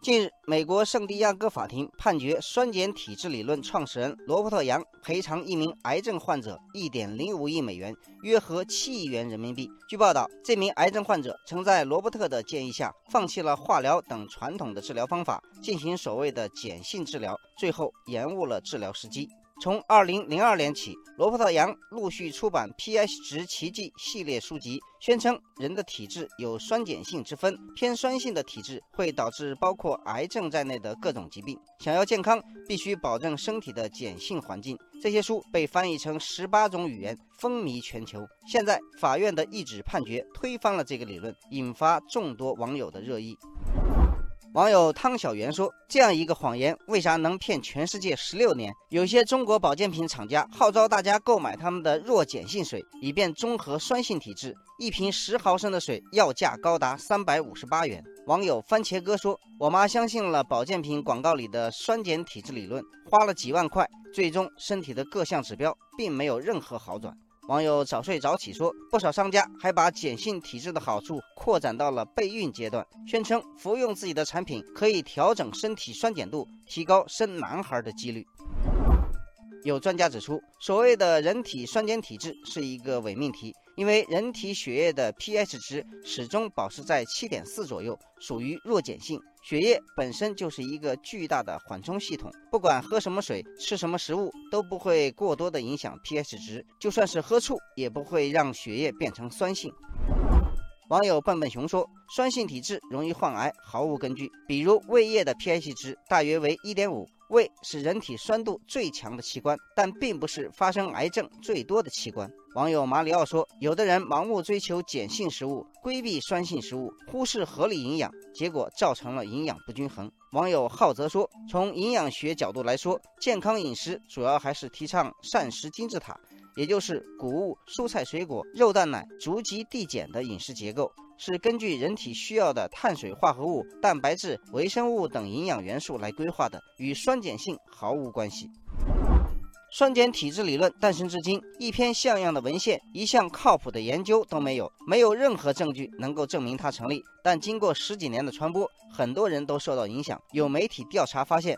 近日，美国圣地亚哥法庭判决酸碱体质理论创始人罗伯特·杨赔偿一名癌症患者1.05亿美元，约合7亿元人民币。据报道，这名癌症患者曾在罗伯特的建议下，放弃了化疗等传统的治疗方法，进行所谓的碱性治疗，最后延误了治疗时机。从2002年起，罗伯特·杨陆续出版 pH 值奇迹系列书籍，宣称人的体质有酸碱性之分，偏酸性的体质会导致包括癌症在内的各种疾病。想要健康，必须保证身体的碱性环境。这些书被翻译成18种语言，风靡全球。现在，法院的一纸判决推翻了这个理论，引发众多网友的热议。网友汤小圆说，这样一个谎言为啥能骗全世界16年？有些中国保健品厂家号召大家购买他们的弱碱性水，以便中和酸性体质，一瓶10毫升的水要价高达358元。网友番茄哥说，我妈相信了保健品广告里的酸碱体质理论，花了几万块，最终身体的各项指标并没有任何好转。网友早睡早起说，不少商家还把碱性体质的好处扩展到了备孕阶段，宣称服用自己的产品可以调整身体酸碱度，提高生男孩的几率。有专家指出，所谓的人体酸碱体质是一个伪命题，因为人体血液的 pH 值始终保持在 7.4 左右，属于弱碱性。血液本身就是一个巨大的缓冲系统，不管喝什么水、吃什么食物，都不会过多的影响 pH 值，就算是喝醋，也不会让血液变成酸性。网友笨笨熊说，酸性体质容易患癌毫无根据，比如胃液的 pH 值大约为 1.5， 胃是人体酸度最强的器官，但并不是发生癌症最多的器官。网友马里奥说，有的人盲目追求碱性食物，规避酸性食物，忽视合理营养，结果造成了营养不均衡。网友浩泽说，从营养学角度来说，健康饮食主要还是提倡膳食金字塔，也就是谷物、蔬菜水果、肉蛋奶逐级递减的饮食结构，是根据人体需要的碳水化合物、蛋白质、微生物等营养元素来规划的，与酸碱性毫无关系。酸碱体质理论诞生至今，一篇像样的文献、一项靠谱的研究都没有，没有任何证据能够证明它成立。但经过10几年的传播，很多人都受到影响。有媒体调查发现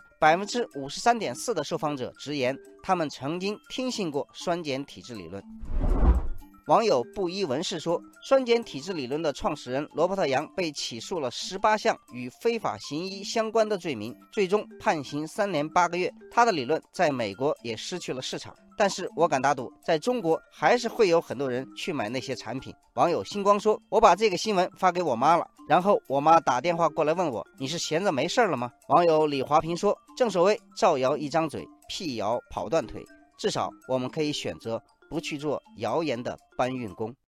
，53.4%的受访者直言，他们曾经听信过酸碱体质理论。网友布衣文士说，酸碱体质理论的创始人罗伯特·杨被起诉了18项与非法行医相关的罪名，最终判刑3年8个月。他的理论在美国也失去了市场，但是我敢打赌，在中国还是会有很多人去买那些产品。网友星光说，我把这个新闻发给我妈了，然后我妈打电话过来问我，你是闲着没事了吗？网友李华平说，正所谓造谣一张嘴，辟谣跑断腿，至少我们可以选择不去做谣言的搬运工。